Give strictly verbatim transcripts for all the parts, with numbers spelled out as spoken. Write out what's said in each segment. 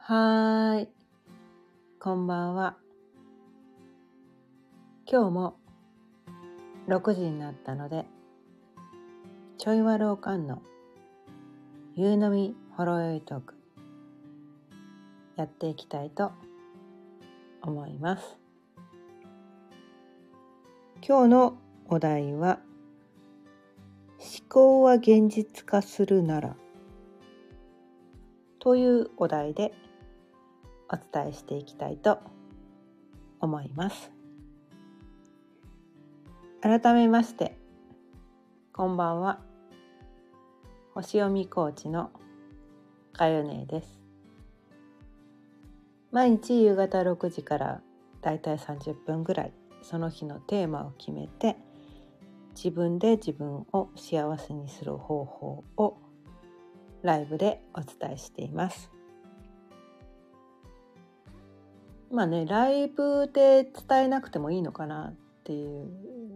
はーい、こんばんは。今日もろくじになったので、ちょいわるおかんの夕飲みほろよいトークやっていきたいと思います。今日のお題は、思考は現実化するならというお題でお伝えしていきたいと思います。改めまして、こんばんは。星読みコーチのかよねです。毎日夕方ろくじからだいたいさんじゅっぷんぐらい、その日のテーマを決めて、自分で自分を幸せにする方法をライブでお伝えしています。まあね、ライブで伝えなくてもいいのかなっていう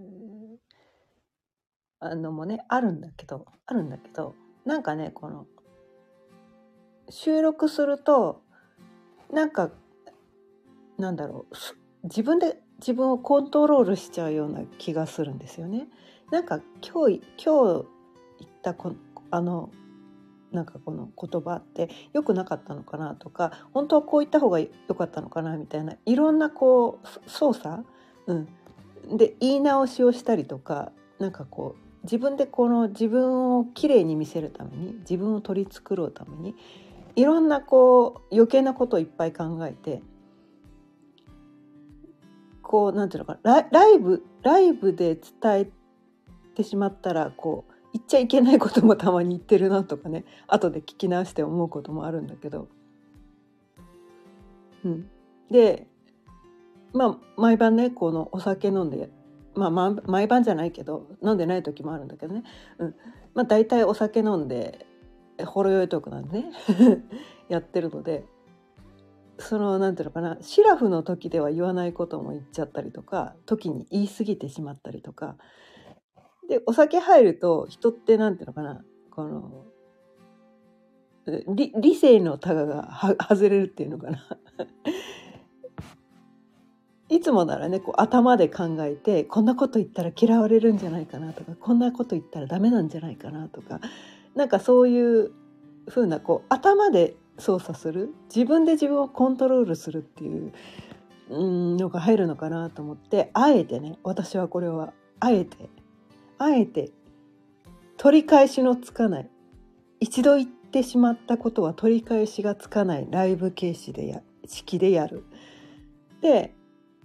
あのもねあるんだけどあるんだけどなんかね、この収録するとなんかなんだろう、自分で自分をコントロールしちゃうような気がするんですよね。なんか今日今日言ったこあのなんかこの言葉って良くなかったのかなとか、本当はこう言った方が良かったのかなみたいな、いろんなこう操作、うん、で言い直しをしたりとか、なんかこう自分でこの自分をきれいに見せるために、自分を取り繕うためにいろんなこう余計なことをいっぱい考えて、こうなんていうのかな、ライライブライブで伝えてしまったら、こう言っちゃいけないこともたまに言ってるなとかね、後で聞き直して思うこともあるんだけど、うん、でまあ毎晩ね、このお酒飲んで、まあ、ま毎晩じゃないけど飲んでない時もあるんだけどね、うん、まあ大体お酒飲んでほろ酔いトークなんでねやってるので、そのなんていうのかな、シラフの時では言わないことも言っちゃったりとか、時に言い過ぎてしまったりとかで、お酒入ると人ってなんていうのかな、この理, 理性のタガがは外れるっていうのかないつもならね、こう頭で考えて、こんなこと言ったら嫌われるんじゃないかなとか、こんなこと言ったらダメなんじゃないかなとか、なんかそういう風なこう頭で操作する、自分で自分をコントロールするっていううんのが入るのかなと思って、あえてね、私はこれはあえてあえて取り返しのつかない、一度言ってしまったことは取り返しがつかないライブ形式でや式でやる。で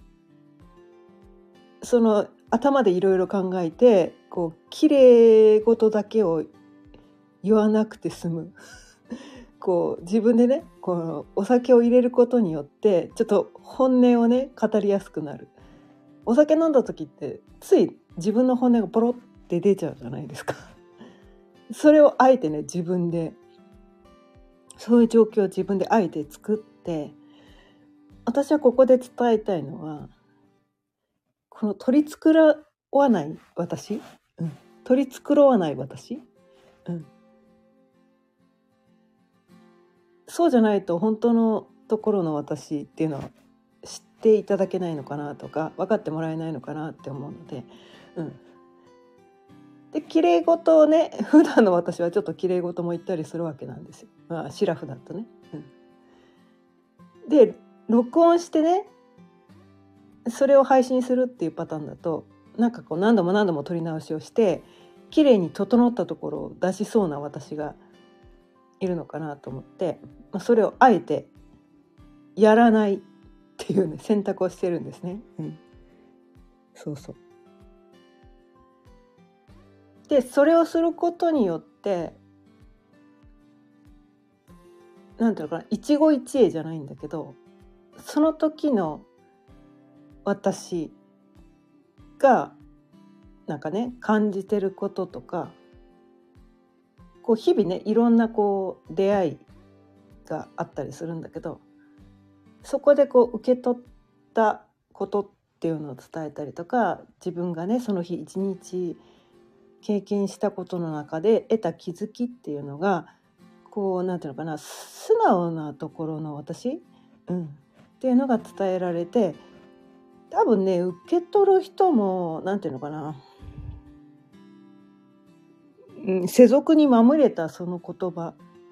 その頭でいろいろ考えて、こう綺麗事だけを言わなくて済むこう自分でね、このお酒を入れることによってちょっと本音をね語りやすくなる。お酒飲んだ時ってつい自分の本音がポロって出ちゃうじゃないですかそれをあえてね、自分でそういう状況を自分であえて作って、私はここで伝えたいのは、この取り繕わない私、うん、取り繕わない私、うん、そうじゃないと本当のところの私っていうのは知っていただけないのかなとか、分かってもらえないのかなって思うので、うん、で綺麗事をね、普段の私はちょっと綺麗事も言ったりするわけなんですよ、まあ、シラフだとね、うん、で録音してね、それを配信するっていうパターンだと、なんかこう何度も何度も撮り直しをして綺麗に整ったところを出しそうな私がいるのかなと思って、まあ、それをあえてやらないっていうね選択をしてるんですね、うん、そうそう。でそれをすることによって、なんていうのかな、一期一会じゃないんだけど、その時の私がなんかね感じてることとか、こう日々ねいろんなこう出会いがあったりするんだけど、そこでこう受け取ったことっていうのを伝えたりとか、自分がねその日一日経験したことの中で得た気づきっていうのが、 こうなんていうのかな、素直なところの私、うん、っていうのが伝えられて、多分ね受け取る人もなんていうのかな、うん、世俗に守れたその言葉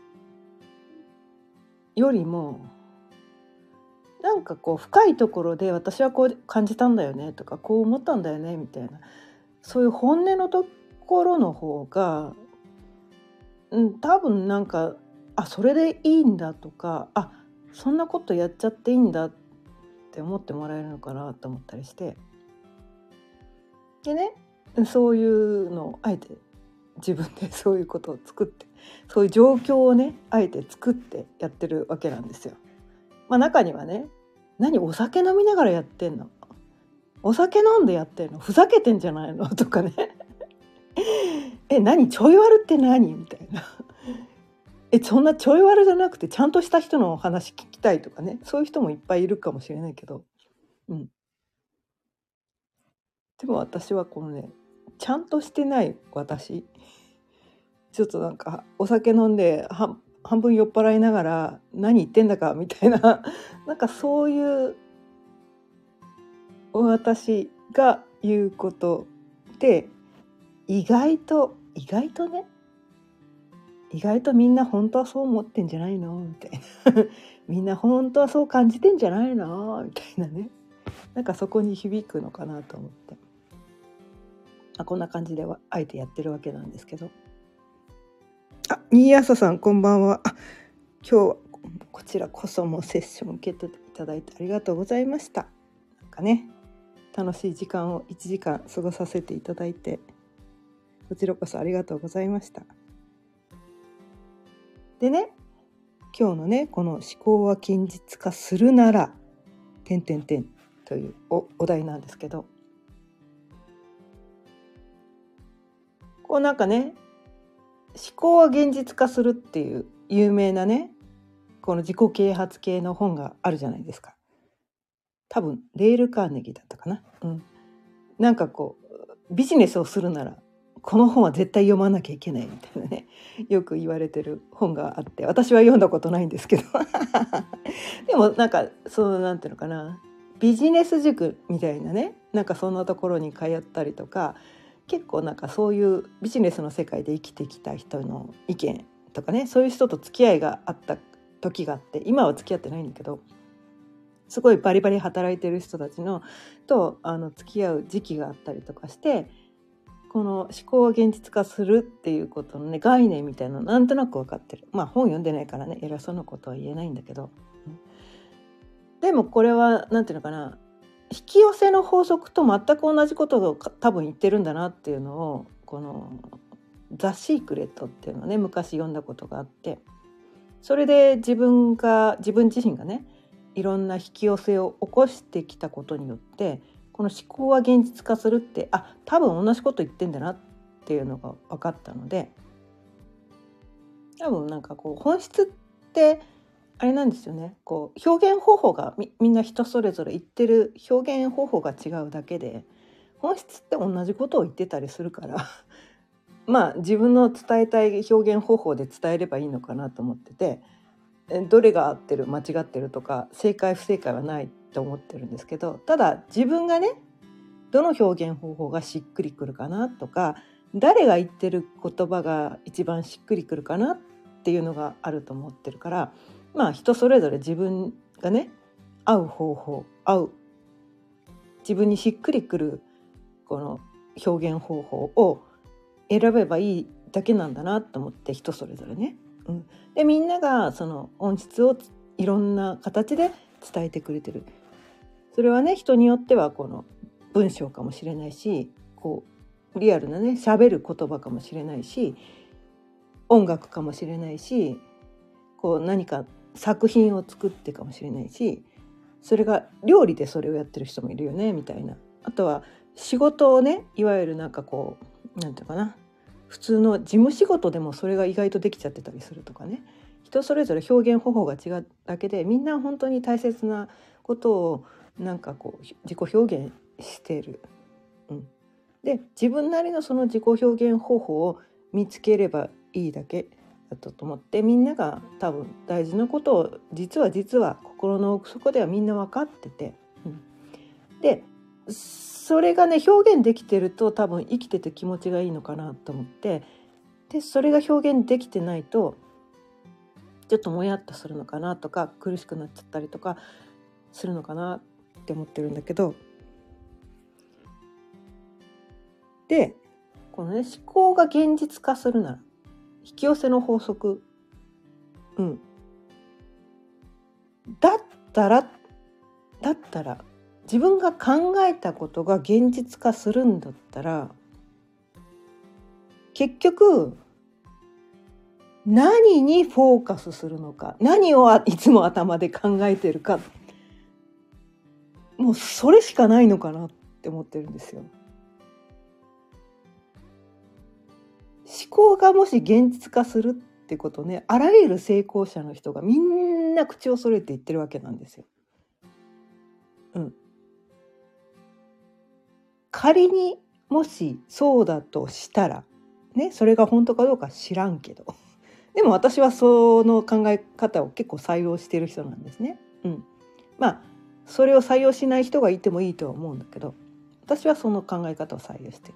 よりもなんかこう深いところで私はこう感じたんだよねとかこう思ったんだよねみたいな、そういう本音のところの方が、うん、多分なんかあそれでいいんだとか、あそんなことやっちゃっていいんだって思ってもらえるのかなと思ったりして、でねそういうのをあえて自分でそういうことを作って、そういう状況をねあえて作ってやってるわけなんですよ。まあ中にはね、何お酒飲みながらやってんの、お酒飲んでやってんの、ふざけてんじゃないのとかねえ何ちょい悪って何みたいなえそんなちょい悪じゃなくてちゃんとした人のお話聞きたいとかね、そういう人もいっぱいいるかもしれないけど、うん、でも私はこのねちゃんとしてない私、ちょっとなんかお酒飲んでは半分酔っ払いながら何言ってんだかみたいななんかそういう私が言うことで意外と意外とね意外とみんな本当はそう思ってんじゃないのみたいなみんな本当はそう感じてんじゃないのみたいなね、なんかそこに響くのかなと思って、あこんな感じではあえてやってるわけなんですけど、あ新朝さんこんばんは。あ今日はこちらこそもセッション受けていただいてありがとうございました。なんかね楽しい時間をいちじかん過ごさせていただいてこちらこそありがとうございました。でね今日のねこの思考は現実化するなら点点点という お, お題なんですけど、こうなんかね思考は現実化するっていう有名なねこの自己啓発系の本があるじゃないですか。多分レール・カーネギーだったかな、うん、なんかこうビジネスをするならこの本は絶対読まなきゃいけないみたいなねよく言われてる本があって、私は読んだことないんですけどでもなんかそうなんていうのかな、ビジネス塾みたいなねなんかそんなところに通ったりとか、結構なんかそういうビジネスの世界で生きてきた人の意見とかね、そういう人と付き合いがあった時があって、今は付き合ってないんだけど、すごいバリバリ働いてる人たちのとあの付き合う時期があったりとかして、この思考を現実化するっていうことのね概念みたいなのなんとなく分かってる。まあ本読んでないからね偉そうなことは言えないんだけど、でもこれはなんていうのかな、引き寄せの法則と全く同じことを多分言ってるんだなっていうのを、このザ・シークレットっていうのをね昔読んだことがあって、それで自分が自分自身がねいろんな引き寄せを起こしてきたことによって、この思考は現実化するって、あ多分同じこと言ってんだなっていうのが分かったので、多分なんかこう本質ってあれなんですよね、こう表現方法が み, みんな人それぞれ言ってる表現方法が違うだけで、本質って同じことを言ってたりするからまあ自分の伝えたい表現方法で伝えればいいのかなと思ってて、どれが合ってる間違ってるとか正解不正解はないと思ってるんですけど、ただ自分がねどの表現方法がしっくりくるかなとか、誰が言ってる言葉が一番しっくりくるかなっていうのがあると思ってるから、まあ人それぞれ自分がね合う方法、合う自分にしっくりくるこの表現方法を選べばいいだけなんだなと思って、人それぞれね、うん、でみんながその本質をいろんな形で伝えてくれてる。それはね人によってはこの文章かもしれないし、こうリアルなね喋る言葉かもしれないし、音楽かもしれないし、こう何か作品を作ってかもしれないし、それが料理でそれをやってる人もいるよねみたいな。あとは仕事をねいわゆるなんかこうなんていうかな、普通の事務仕事でもそれが意外とできちゃってたりするとかね、人それぞれ表現方法が違うだけで、みんな本当に大切なことをなんかこう自己表現している、うん、で自分なりのその自己表現方法を見つければいいだけだったと思って、みんなが多分大事なことを実は実は心の奥底ではみんな分かってて、うん、でそれがね表現できてると多分生きてて気持ちがいいのかなと思って、でそれが表現できてないとちょっともやっとするのかなとか苦しくなっちゃったりとかするのかなって思ってるんだけど、でこのね思考が現実化するなら引き寄せの法則、うん、だったらだったら自分が考えたことが現実化するんだったら、結局何にフォーカスするのか、何をいつも頭で考えてるか、もうそれしかないのかなって思ってるんですよ。思考がもし現実化するってことね、あらゆる成功者の人がみんな口を揃えて言ってるわけなんですよ。うん。仮にもしそうだとしたらね、それが本当かどうか知らんけど、でも私はその考え方を結構採用してる人なんですね。うん。まあそれを採用しない人がいてもいいとは思うんだけど、私はその考え方を採用してる。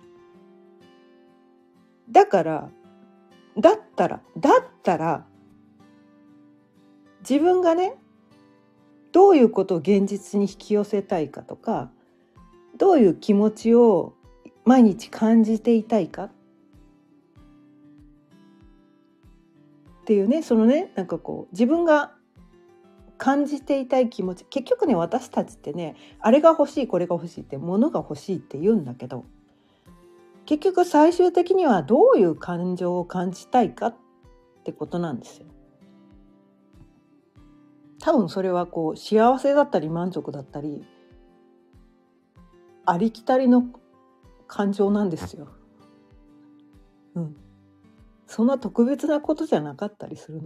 だからだったらだったら自分がねどういうことを現実に引き寄せたいかとか、どういう気持ちを毎日感じていたいかっていうね、そのねなんかこう自分が感じていたい気持ち、結局ね私たちってねあれが欲しいこれが欲しいって物が欲しいって言うんだけど、結局最終的にはどういう感情を感じたいかってことなんですよ。多分それはこう幸せだったり満足だったりありきたりの感情なんですよ。うん。そんな特別なことじゃなかったりするの。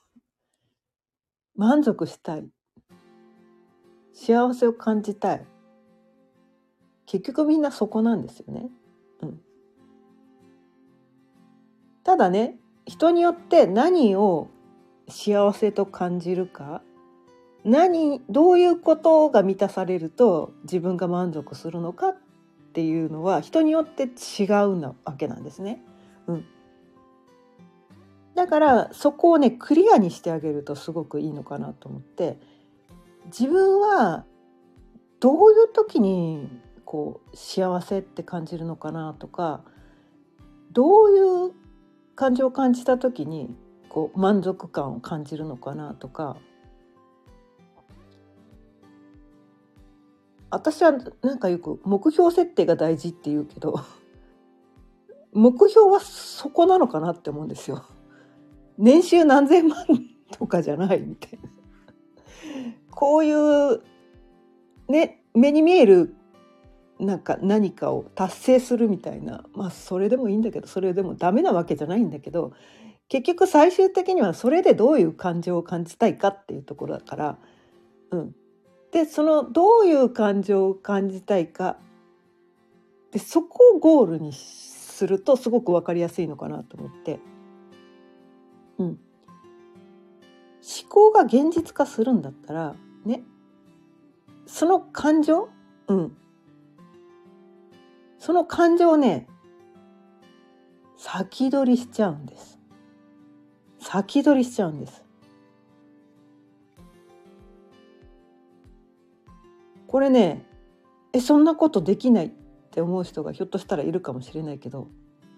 満足したい、幸せを感じたい、結局みんなそこなんですよね。うん。ただね、人によって何を幸せと感じるか、何どういうことが満たされると自分が満足するのかっていうのは人によって違うなわけなんですね。うん。だからそこをねクリアにしてあげるとすごくいいのかなと思って、自分はどういう時にこう幸せって感じるのかなとか、どういう感情を感じた時にこう満足感を感じるのかなとか、私はなんかよく目標設定が大事って言うけど目標はそこなのかなって思うんですよ。年収何千万とかじゃないみたいなこういうね目に見えるなんか何かを達成するみたいな、まあそれでもいいんだけど、それでもダメなわけじゃないんだけど、結局最終的にはそれでどういう感情を感じたいかっていうところだから、うん、でそのどういう感情を感じたいかで、そこをゴールにするとすごく分かりやすいのかなと思って、うん、思考が現実化するんだったらね、その感情、うん、その感情をね先取りしちゃうんです。先取りしちゃうんです。これね、えそんなことできないって思う人がひょっとしたらいるかもしれないけど、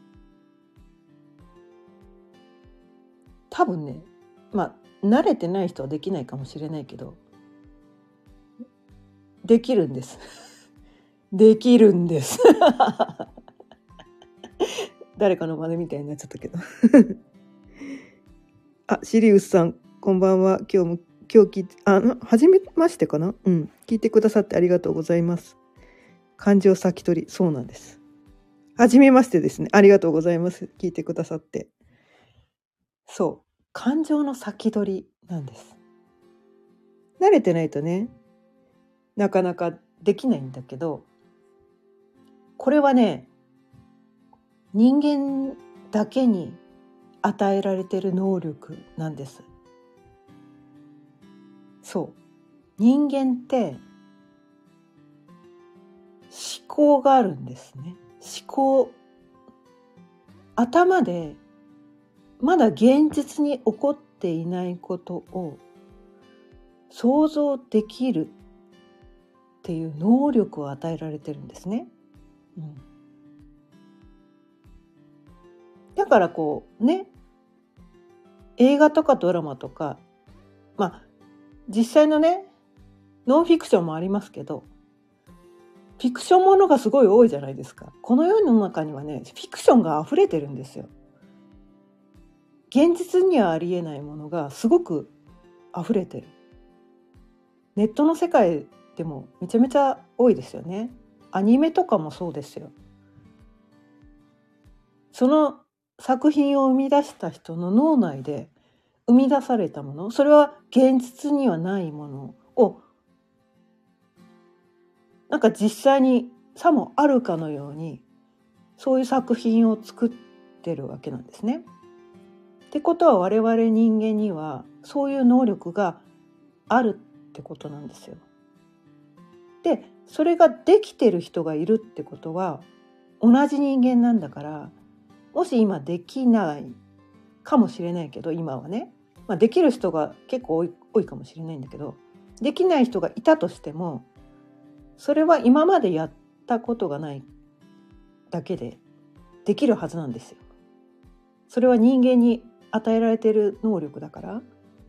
多分ね、まあ慣れてない人はできないかもしれないけど、できるんです。できるんです。誰かの真似みたいになっちゃったけど。あ、シリウスさん、こんばんは。今日も今日聞いて、あ、初めましてかな？うん、聞いてくださってありがとうございます。感情先取り、そうなんです。初めましてですね。ありがとうございます。聞いてくださって。そう、感情の先取りなんです。慣れてないとね、なかなかできないんだけど、これはね、人間だけに与えられている能力なんです。そう。人間って思考があるんですね。思考。頭でまだ現実に起こっていないことを想像できるっていう能力を与えられてるんですね。うん、だからこうね、映画とかドラマとか、まあ実際のねノンフィクションもありますけど、フィクションものがすごい多いじゃないですか。この世の中にはねフィクションが溢れてるんですよ。現実にはありえないものがすごく溢れてる。ネットの世界でもめちゃめちゃ多いですよね。アニメとかもそうですよ。その作品を生み出した人の脳内で生み出されたもの、それは現実にはないものをなんか実際にさもあるかのようにそういう作品を作ってるわけなんですね。ってことは我々人間にはそういう能力があるってことなんですよ。で、それができてる人がいるってことは同じ人間なんだから、もし今できないかもしれないけど、今はね、まあ、できる人が結構多い、多いかもしれないんだけど、できない人がいたとしてもそれは今までやったことがないだけでできるはずなんですよ。それは人間に与えられている能力だから、うん、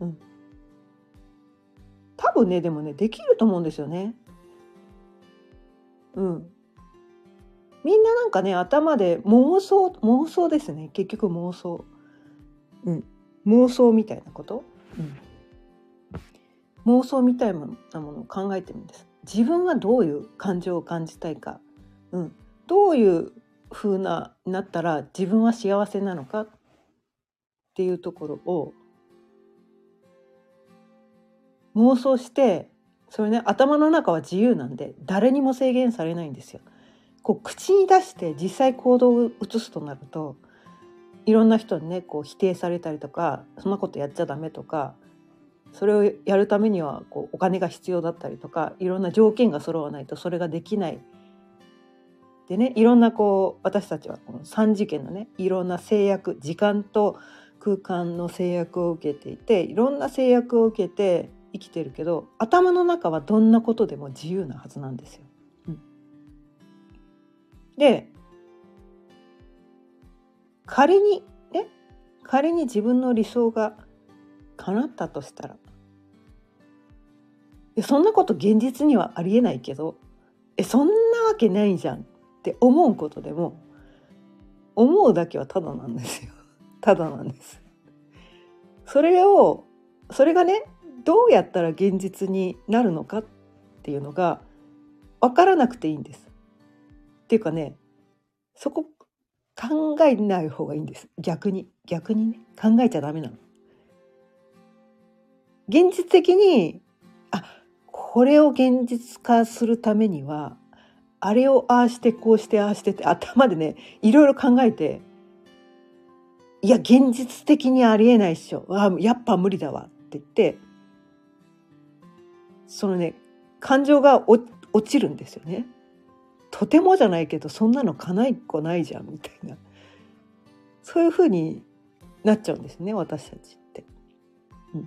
多分ねでもねできると思うんですよね。うん。みんななんかね頭で妄想妄想ですね。結局妄想、うん、妄想みたいなこと、うん、妄想みたいなものを考えてるんです。自分はどういう感情を感じたいか、うん、どういう風ななったら自分は幸せなのかっていうところを妄想して、それね頭の中は自由なんで誰にも制限されないんですよ。こう口に出して実際行動を移すとなるといろんな人にねこう否定されたりとか、そんなことやっちゃダメとか、それをやるためにはこうお金が必要だったりとか、いろんな条件が揃わないとそれができないでね、いろんなこう私たちはこのさん次元のねいろんな制約、時間と空間の制約を受けていて、いろんな制約を受けて生きてるけど、頭の中はどんなことでも自由なはずなんですよ。うん、で仮にね仮に自分の理想が叶ったとしたら、えそんなこと現実にはありえないけど、えそんなわけないじゃんって思うことでも、思うだけはただなんですよ。ただなんです。それをそれがねどうやったら現実になるのかっていうのが分からなくていいんです。っていうかね、そこ考えない方がいいんです。逆に逆にね考えちゃダメなの。現実的にあこれを現実化するためにはあれをああしてこうしてああしてって頭でねいろいろ考えて、いや現実的にありえないっしょ、あやっぱ無理だわって言って、そのね感情が落ちるんですよね。とてもじゃないけどそんなの叶いっこないじゃんみたいな、そういう風になっちゃうんですね私たちって、うん、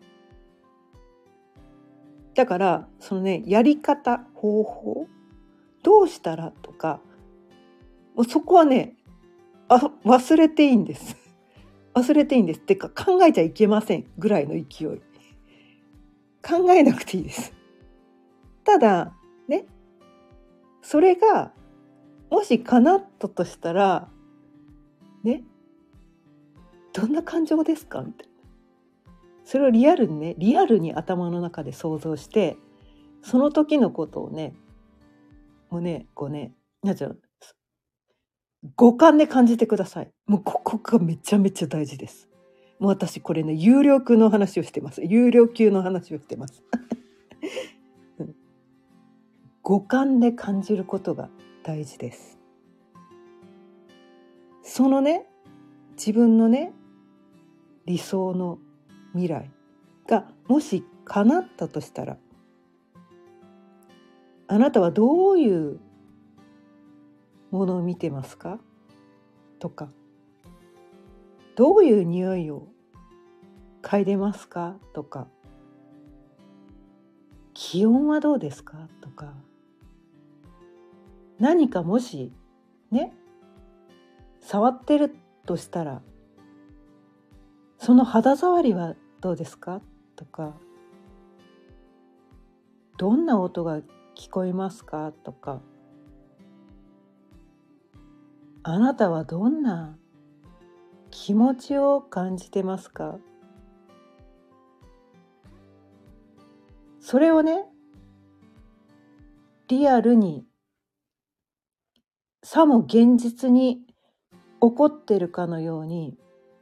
だからそのねやり方方法どうしたらとか、もうそこはねあ忘れていいんです忘れていいんですってか考えちゃいけませんぐらいの勢い、考えなくていいです。ただねそれがもし叶ったとしたらねどんな感情ですかみたいな、それをリアルにねリアルに頭の中で想像して、その時のことをねもうねこうねなんていうの五感で感じてください。もうここがめちゃめちゃ大事です。もう私これね有料級の話をしてます。有料級の話をしてます。うん、五感で感じることが大事です。そのね自分のね理想の未来がもし叶ったとしたら、あなたはどういうものを見てますかとか、どういう匂いを嗅いでますかとか、気温はどうですかとか、何かもしね触ってるとしたら、その肌触りはどうですかとか、どんな音が聞こえますかとか、あなたはどんな気持ちを感じてますか。それをね、リアルにさも現実に起こってるかのように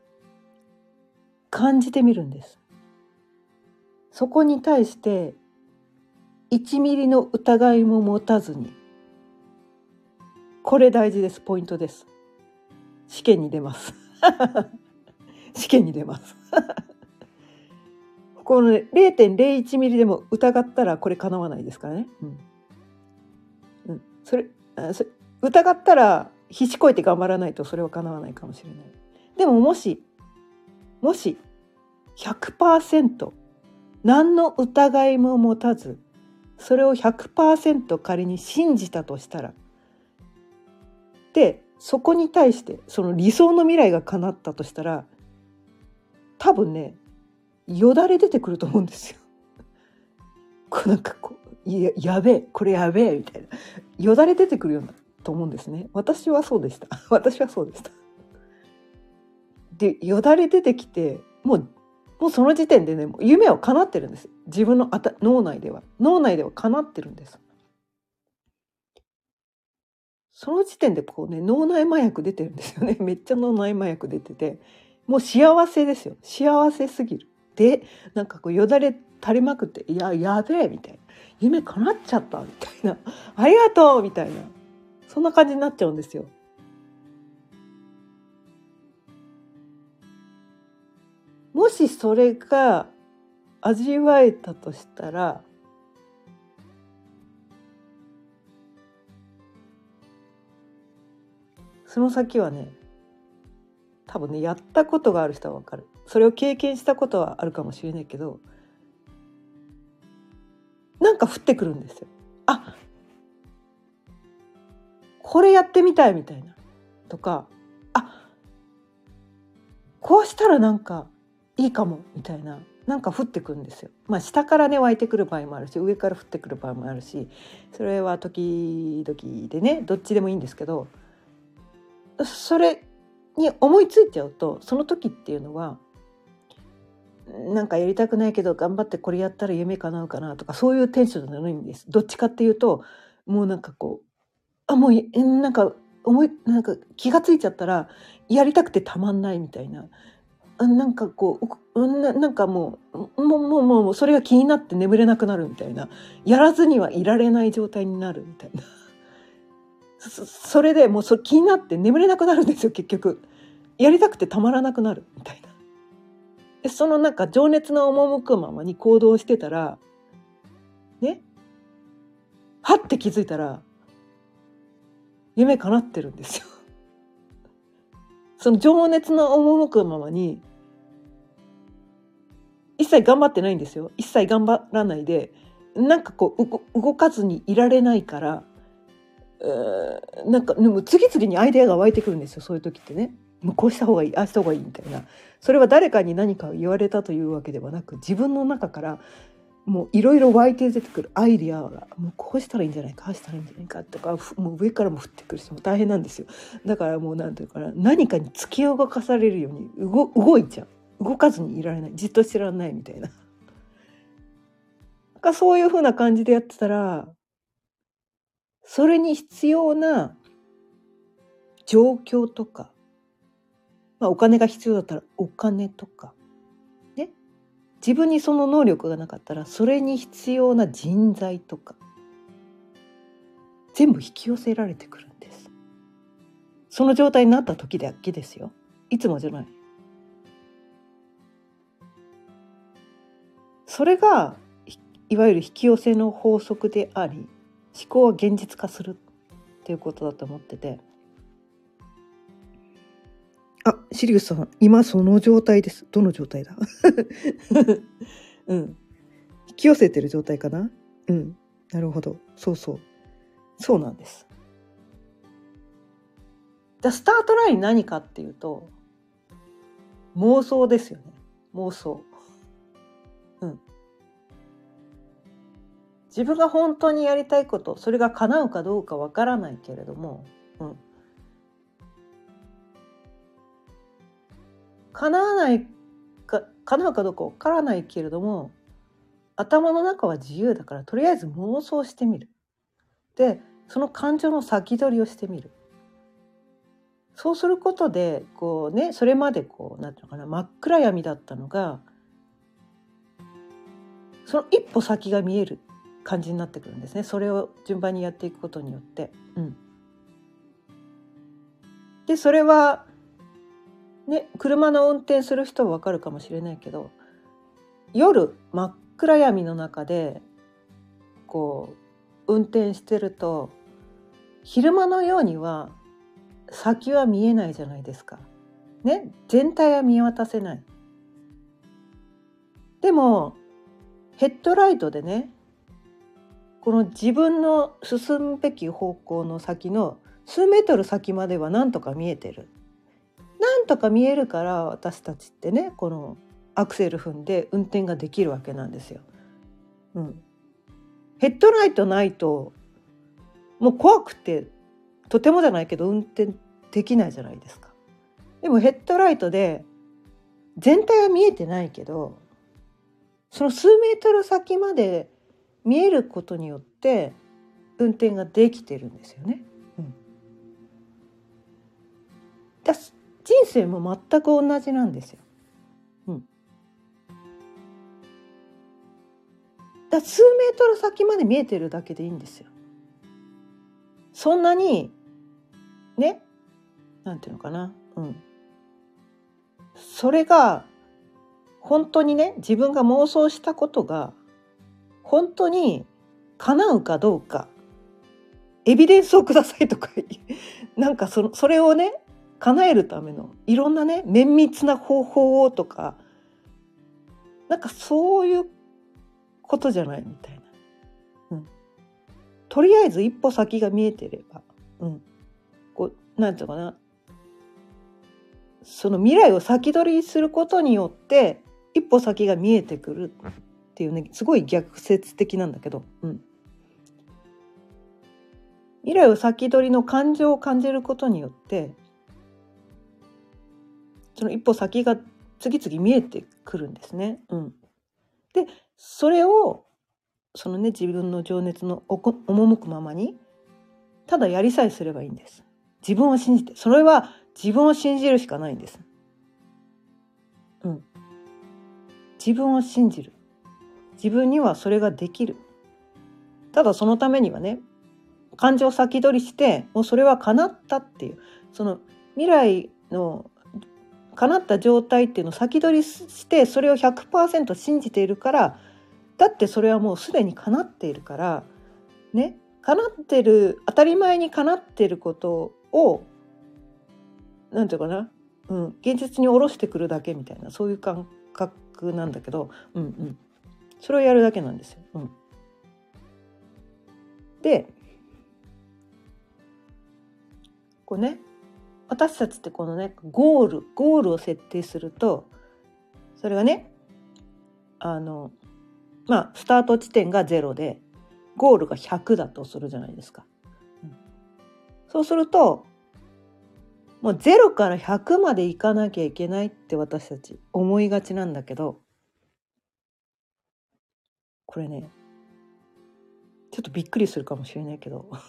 感じてみるんです。そこに対していちミリの疑いも持たずに、これ大事です。ポイントです。試験に出ます試験に出ますこの、ね、れいてんれいいちミリでも疑ったらこれ叶わないですからね、うんうん、それあそれ疑ったら必死こいて頑張らないとそれは叶わないかもしれない。でももしもし ひゃくパーセント 何の疑いも持たず、それを ひゃくパーセント 仮に信じたとしたら、でそこに対してその理想の未来が叶ったとしたら、多分ねよだれ出てくると思うんですよ。こうなんかこう や, やべえこれやべえみたいなよだれ出てくるようなと思うんですね。私はそうでした私はそうでしたでよだれ出てきて、もうもうその時点でね、もう夢は叶ってるんです。自分のあた脳内では脳内では叶ってるんです。その時点でこうね、脳内麻薬出てるんですよね。めっちゃ脳内麻薬出てて、もう幸せですよ。幸せすぎる。で、なんかこうよだれ垂れまくって、いややべえみたいな、夢叶っちゃったみたいな、ありがとうみたいな、そんな感じになっちゃうんですよ。もしそれが味わえたとしたら、その先はね、多分ね、やったことがある人は分かる。それを経験したことはあるかもしれないけど、なんか降ってくるんですよ。あ、これやってみたいみたいなとか、あ、こうしたらなんかいいかもみたいな、なんか降ってくるんですよ。まあ下からね湧いてくる場合もあるし、上から降ってくる場合もあるし、それは時々でね、どっちでもいいんですけど、それに思いついちゃうと、その時っていうのは、なんかやりたくないけど頑張ってこれやったら夢叶うかなとか、そういうテンションじゃないんです。どっちかっていうと、もうなんかこう、あ、もうえなんか思いなんか気がついちゃったらやりたくてたまんないみたいな、あ、なんかこう、うんななんかもうもうもうもうそれが気になって眠れなくなるみたいな、やらずにはいられない状態になるみたいな。そそれでもうそれ気になって眠れなくなるんですよ。結局やりたくてたまらなくなるみたいな。でそのなんか情熱の赴くままに行動してたらね、はって気づいたら夢叶ってるんですよ。その情熱の赴くままに一切頑張ってないんですよ。一切頑張らないで、なんかこう動かずにいられないから、うーなんかでも次々にアイデアが湧いてくるんですよ。そういう時ってね、もうこうした方がいい、ああした方がいいみたいな。それは誰かに何かを言われたというわけではなく、自分の中からもういろいろ湧いて出てくるアイデアが、もうこうしたらいいんじゃないか、ああしたらいいんじゃないかとか、もう上からも降ってくるし、もう大変なんですよ。だからもうなんていうかな、何かに突き動かされるように動動いちゃう。動かずにいられない、じっとしてられないみたいな。なんかそういう風な感じでやってたら、それに必要な状況とか、まあ、お金が必要だったらお金とかね、自分にその能力がなかったらそれに必要な人材とか全部引き寄せられてくるんです。その状態になった時だけですよ。いつもじゃない。 それがいわゆる引き寄せの法則であり、思考は現実化するっていうことだと思ってて、あ、シリウスさん、今その状態です。どの状態だうん。引き寄せてる状態かな。うん。なるほど。そうそう。そうなんです。じゃあスタートライン何かっていうと、妄想ですよね。妄想。うん。自分が本当にやりたいこと、それが叶うかどうかわからないけれども、うん。叶わないか、叶うかどうかわからないけれども、頭の中は自由だから、とりあえず妄想してみる。で、その感情の先取りをしてみる。そうすることで、こうね、それまでこう、なんていうのかな、真っ暗闇だったのが、その一歩先が見える感じになってくるんですね。それを順番にやっていくことによって。うん、で、それは、ね、車の運転する人は分かるかもしれないけど、夜真っ暗闇の中でこう運転してると、昼間のようには先は見えないじゃないですか。ね、全体は見渡せない。でもヘッドライトでね、この自分の進むべき方向の先の数メートル先まではなんとか見えてる。なんとか見えるから私たちってね、このアクセル踏んで運転ができるわけなんですよ。うん、ヘッドライトないともう怖くてとてもじゃないけど運転できないじゃないですか。でもヘッドライトで全体は見えてないけど、その数メートル先まで見えることによって運転ができてるんですよね。うん、だ人生も全く同じなんですよ。うん、だ数メートル先まで見えてるだけでいいんですよ。そんなにね、なんていうのかな、うん、それが本当にね、自分が妄想したことが本当に叶うかどうか、エビデンスをくださいとかなんかそのそれをね叶えるためのいろんなね綿密な方法をとか、なんかそういうことじゃないみたいな、うん、とりあえず一歩先が見えてれば、うん、こうなんていうのかな、その未来を先取りすることによって一歩先が見えてくるっていうね、すごい逆説的なんだけど、うん、未来を先取りの感情を感じることによってその一歩先が次々見えてくるんですね。うん、でそれをそのね自分の情熱の赴くままにただやりさえすればいいんです。自分を信じて、それは自分を信じるしかないんです。うん、自分を信じる。自分にはそれができる。ただそのためにはね、感情を先取りしてもうそれは叶ったっていう、その未来の叶った状態っていうのを先取りしてそれを ひゃくパーセント 信じているから、だってそれはもうすでに叶っているからね、叶ってる、当たり前に叶っていることをなんていうかな、うん、現実に下ろしてくるだけみたいな、そういう感覚なんだけど、うんうん、それをやるだけなんですよ。うん、でこうね、私たちってこのねゴールゴールを設定すると、それがねあのまあスタート地点がゼロでゴールがひゃくだとするじゃないですか。うん、そうするともうゼロからひゃくまで行かなきゃいけないって私たち思いがちなんだけど、これねちょっとびっくりするかもしれないけど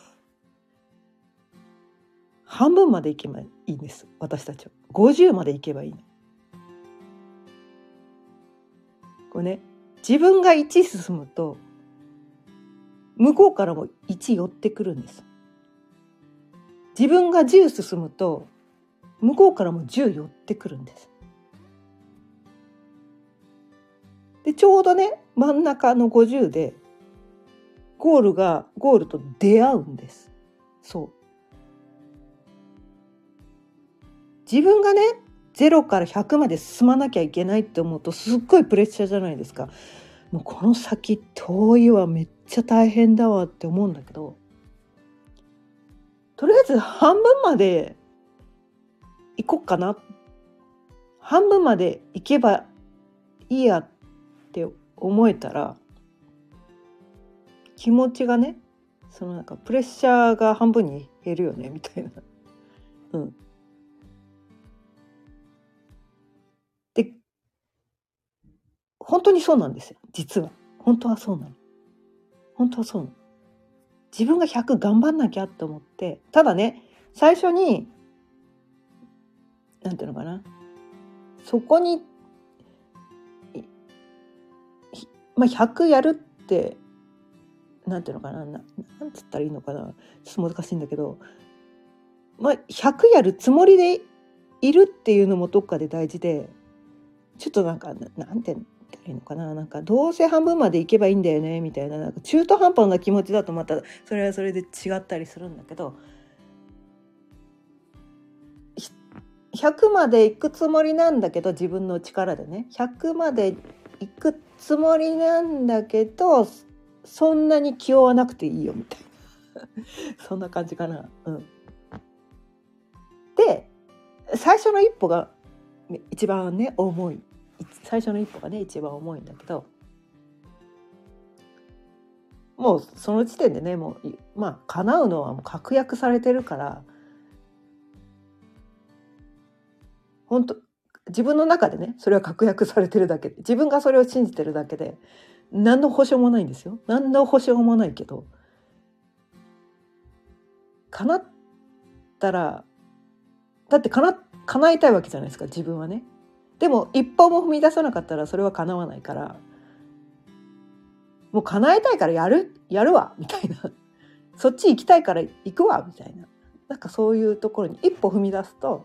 半分まで行けばいいんです。私たちはごじゅうまで行けばいいの。これね、自分がいち進むと向こうからもいち寄ってくるんです。自分がじゅう進むと向こうからもじゅう寄ってくるんです。 でちょうどね真ん中のごじゅうでゴールがゴールと出会うんです。そう自分がねゼロからひゃくまで進まなきゃいけないって思うとすっごいプレッシャーじゃないですか。もうこの先遠いわ、めっちゃ大変だわって思うんだけど、とりあえず半分まで行こっかな、半分まで行けばいいやって思えたら気持ちがね、そのなんかプレッシャーが半分に減るよねみたいな。うん。で本当にそうなんですよ。実は本当はそうなの。本当はそうなの。自分がひゃく頑張んなきゃって思って、ただね最初になんていうのかな、そこにまあ、ひゃくやるってなんていうのかな、ななんつったらいいのかな、ちょっと難しいんだけど、まあ、ひゃくやるつもりでいるっていうのもどっかで大事で、ちょっとなんか な, なんて言ったらいいのかな、なんかどうせ半分までいけばいいんだよねみたいな、なんか中途半端な気持ちだとまたそれはそれで違ったりするんだけど、ひゃくまで行くつもりなんだけど、自分の力でねひゃくまで行くつもりなんだけど、そんなに気負わなくていいよみたいなそんな感じかな。うん、で最初の一歩が一番ね重い、最初の一歩がね一番重いんだけど、もうその時点でねもうまあ叶うのはもう確約されてるから、本当自分の中でねそれは確約されてるだけで、自分がそれを信じてるだけで何の保証もないんですよ。何の保証もないけど、叶ったらだって叶叶えたいわけじゃないですか自分はね。でも一歩も踏み出さなかったらそれは叶わないから、もう叶えたいからやるやるわみたいなそっち行きたいから行くわみたいな、なんかそういうところに一歩踏み出すと、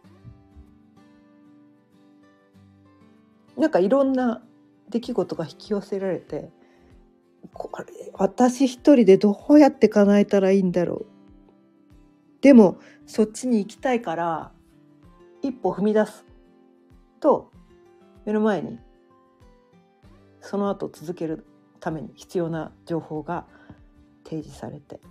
なんかいろんな出来事が引き寄せられて、これ私一人でどうやって叶えたらいいんだろう、でもそっちに行きたいから一歩踏み出すと、目の前にその後続けるために必要な情報が提示されて、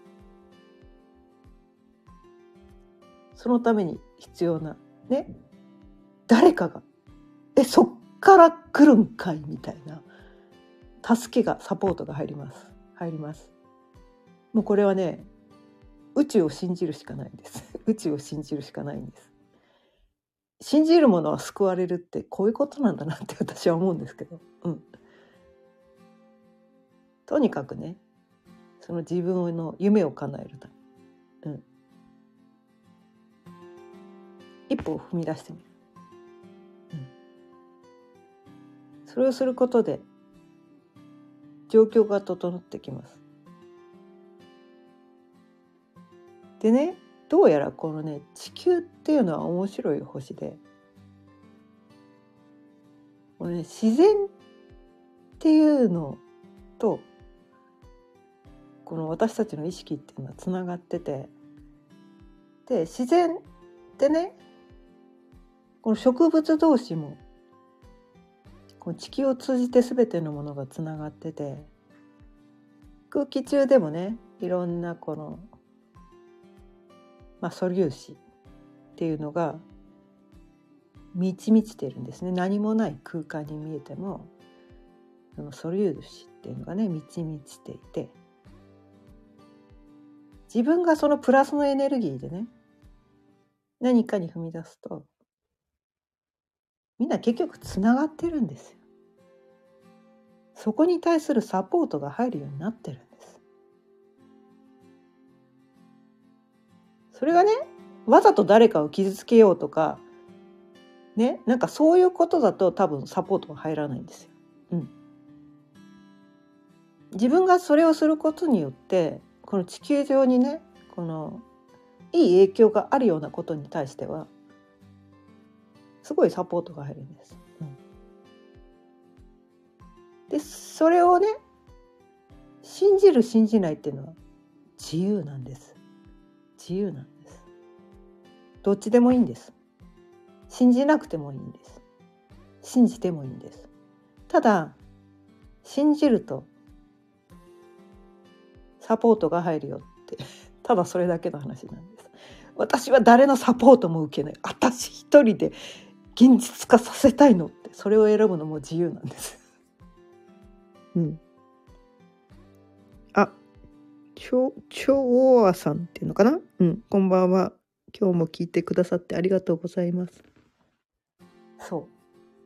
そのために必要なね誰かがえそっから来るんかいみたいな助けがサポートが入ります入りますもうこれはね宇宙を信じるしかないんです宇宙を信じるしかないんです。信じるものは救われるってこういうことなんだなって私は思うんですけど、うん、とにかくねその自分の夢を叶えるため、うん、一歩を踏み出してみる、うん、それをすることで状況が整ってきます。でね、どうやらこのね地球っていうのは面白い星で、この、ね、自然っていうのとこの私たちの意識っていうのはつながってて、で自然ってねこの植物同士もこの地球を通じて全てのものがつながってて、空気中でもねいろんなこの、まあ、素粒子っていうのが満ち満ちているんですね。何もない空間に見えてもその素粒子っていうのがね満ち満ちていて、自分がそのプラスのエネルギーでね何かに踏み出すとみんな結局つながってるんですよ。そこに対するサポートが入るようになってるんです。それがねわざと誰かを傷つけようとかね、なんかそういうことだと多分サポートは入らないんですよ。うん、自分がそれをすることによってこの地球上にねこのいい影響があるようなことに対してはすごいサポートが入るんです。うん、 でそれをね信じる信じないっていうのは自由なんです。自由なんです。どっちでもいいんです。信じなくてもいいんです。信じてもいいんです。ただ信じるとサポートが入るよってただそれだけの話なんです。私は誰のサポートも受けない。私一人で現実化させたいのって、それを選ぶのも自由なんです。うん。あ、ちょちょわさんっていうのかな。うん、こんばんは。今日も聞いてくださってありがとうございます。そう。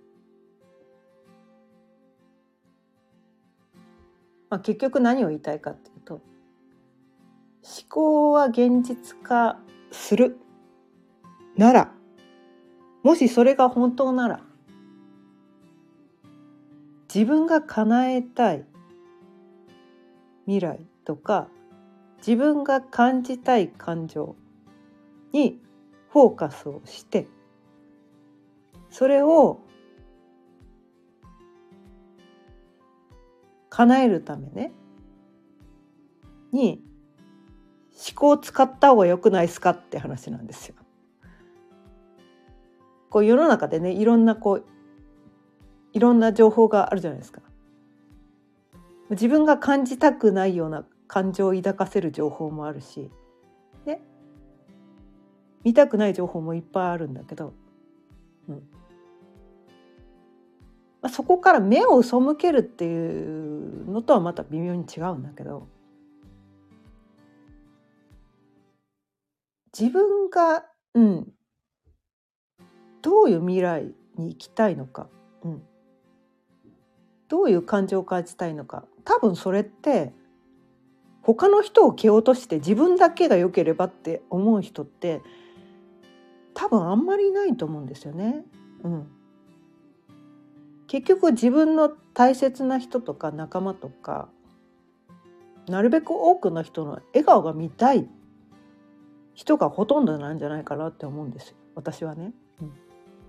まあ、結局何を言いたいかっていうと、思考は現実化するなら、もしそれが本当なら、自分が叶えたい未来とか自分が感じたい感情にフォーカスをして、それを叶えるためねに思考を使った方が良くないですかって話なんですよ。こう世の中でね、いろんなこういろんな情報があるじゃないですか。自分が感じたくないような感情を抱かせる情報もあるし、ね、見たくない情報もいっぱいあるんだけど、うんまあ、そこから目を背けるっていうのとはまた微妙に違うんだけど、自分が、うん、どういう未来に行きたいのか、うん、どういう感情を感じたいのか、多分それって他の人を蹴落として自分だけが良ければって思う人って多分あんまりいないと思うんですよね。うん、結局自分の大切な人とか仲間とかなるべく多くの人の笑顔が見たい人がほとんどなんじゃないかなって思うんですよ、私はね。うん、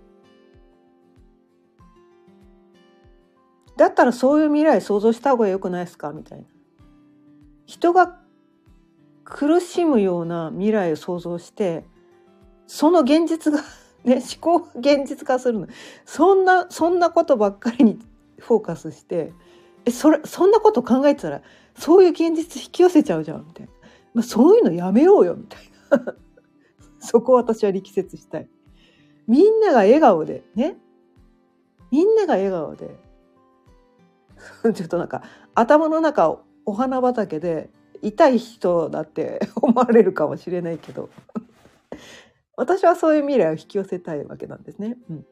だったらそういう未来想像した方がよくないですかみたいな。人が苦しむような未来を想像してその現実がね、思考が現実化するの、そんなそんなことばっかりにフォーカスして、えそれそんなこと考えてたらそういう現実引き寄せちゃうじゃんみたいな、まあ、そういうのやめようよみたいなそこを私は力説したい。みんなが笑顔でね、みんなが笑顔でちょっとなんか頭の中お花畑で痛い人だって思われるかもしれないけど私はそういう未来を引き寄せたいわけなんですね。うん、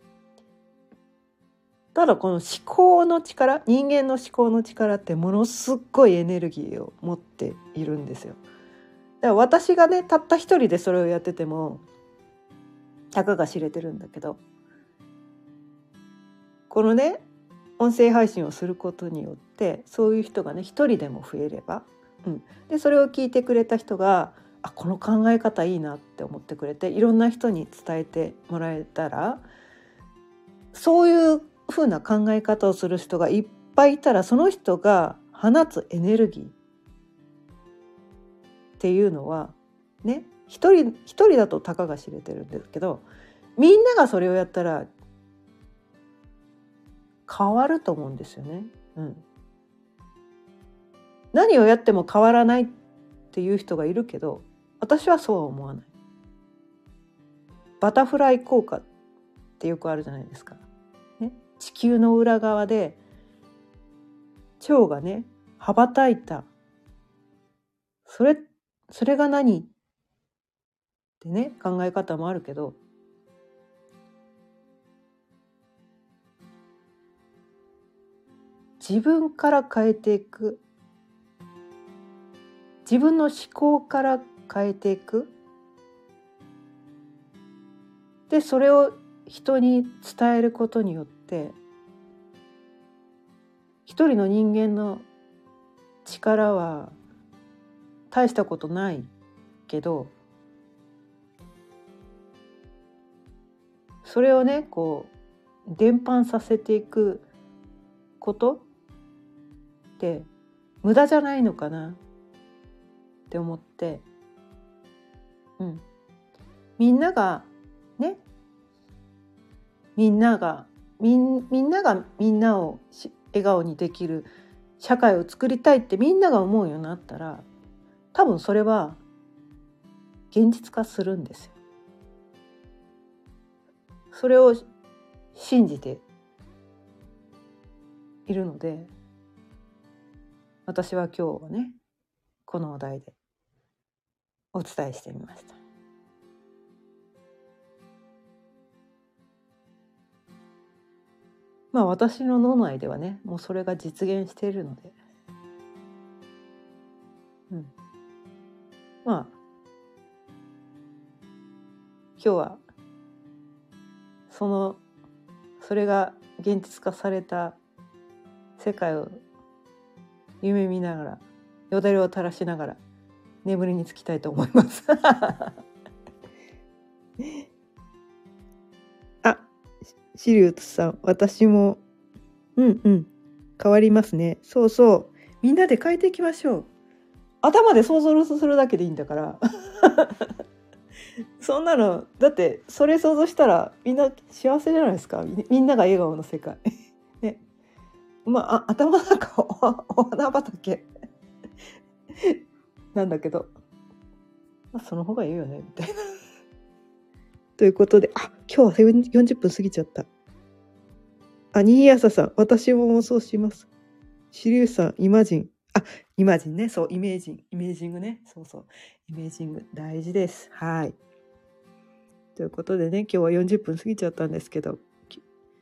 ただこの思考の力、人間の思考の力ってものすっごいエネルギーを持っているんですよ。だから私がねたった一人でそれをやっててもたかが知れてるんだけど、このね音声配信をすることによってそういう人がね一人でも増えれば、うん、でそれを聞いてくれた人があこの考え方いいなって思ってくれていろんな人に伝えてもらえたら、そういう風な考え方をする人がいっぱいいたらその人が放つエネルギーっていうのはね一人一人だとたかが知れてるんですけど、みんながそれをやったら変わると思うんですよね。うん、何をやっても変わらないっていう人がいるけど、私はそうは思わない。バタフライ効果ってよくあるじゃないですか。ね、地球の裏側で蝶がね羽ばたいた。それそれが何ってね考え方もあるけど、自分から変えていく、自分の思考から変えていく、でそれを人に伝えることによって一人の人間の力は大したことないけど、それをねこう伝播させていくことって無駄じゃないのかなって思って、うん、みんながねみんながみん、みんながみんなを笑顔にできる社会を作りたいってみんなが思うようになったら、多分それは現実化するんですよ。それを信じているので、私は今日はねこのお題でお伝えしてみました。まあ私の脳内ではねもうそれが実現しているので、うん、まあ今日はそのそれが現実化された世界を夢見ながら、よだれを垂らしながら眠りにつきたいと思いますあ、シリウスさん、私もうんうん変わりますね。そうそう、みんなで変えていきましょう。頭で想像するだけでいいんだからそんなのだってそれ想像したらみんな幸せじゃないですか。みんなが笑顔の世界ね。まあ、あ頭なんか お, お花畑なんだけど、まあ、その方がいいよねみたいなということで、あ、今日はよんじゅっぷん過ぎちゃった。あ、新朝さん、私もそうします。シリウスさん、イマジン。あ、イマジンね。そう、イメージン。イメージングね。そうそう。イメージング。大事です。はい。ということでね、今日はよんじゅっぷん過ぎちゃったんですけど、今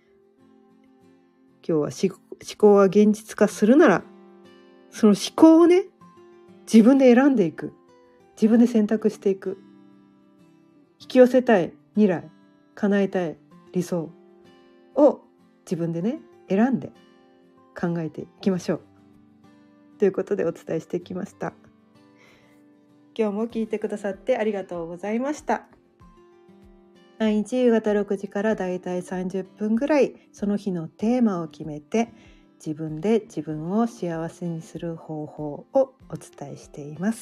日は思考は現実化するなら、その思考をね、自分で選んでいく。自分で選択していく。引き寄せたい未来、叶えたい理想を自分でね、選んで考えていきましょう。ということでお伝えしてきました。今日も聞いてくださってありがとうございました。毎日夕方ろくじからだいたいさんじゅっぷんぐらい、その日のテーマを決めて自分で自分を幸せにする方法をお伝えしています。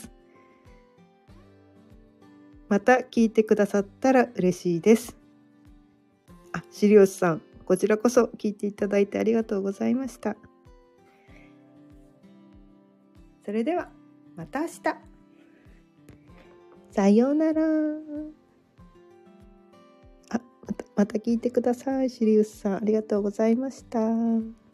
また聞いてくださったら嬉しいです。あ、シリウスさん、こちらこそ聞いていただいてありがとうございました。それではまた明日。さようなら。あ、また、また聞いてください。シリウスさん、ありがとうございました。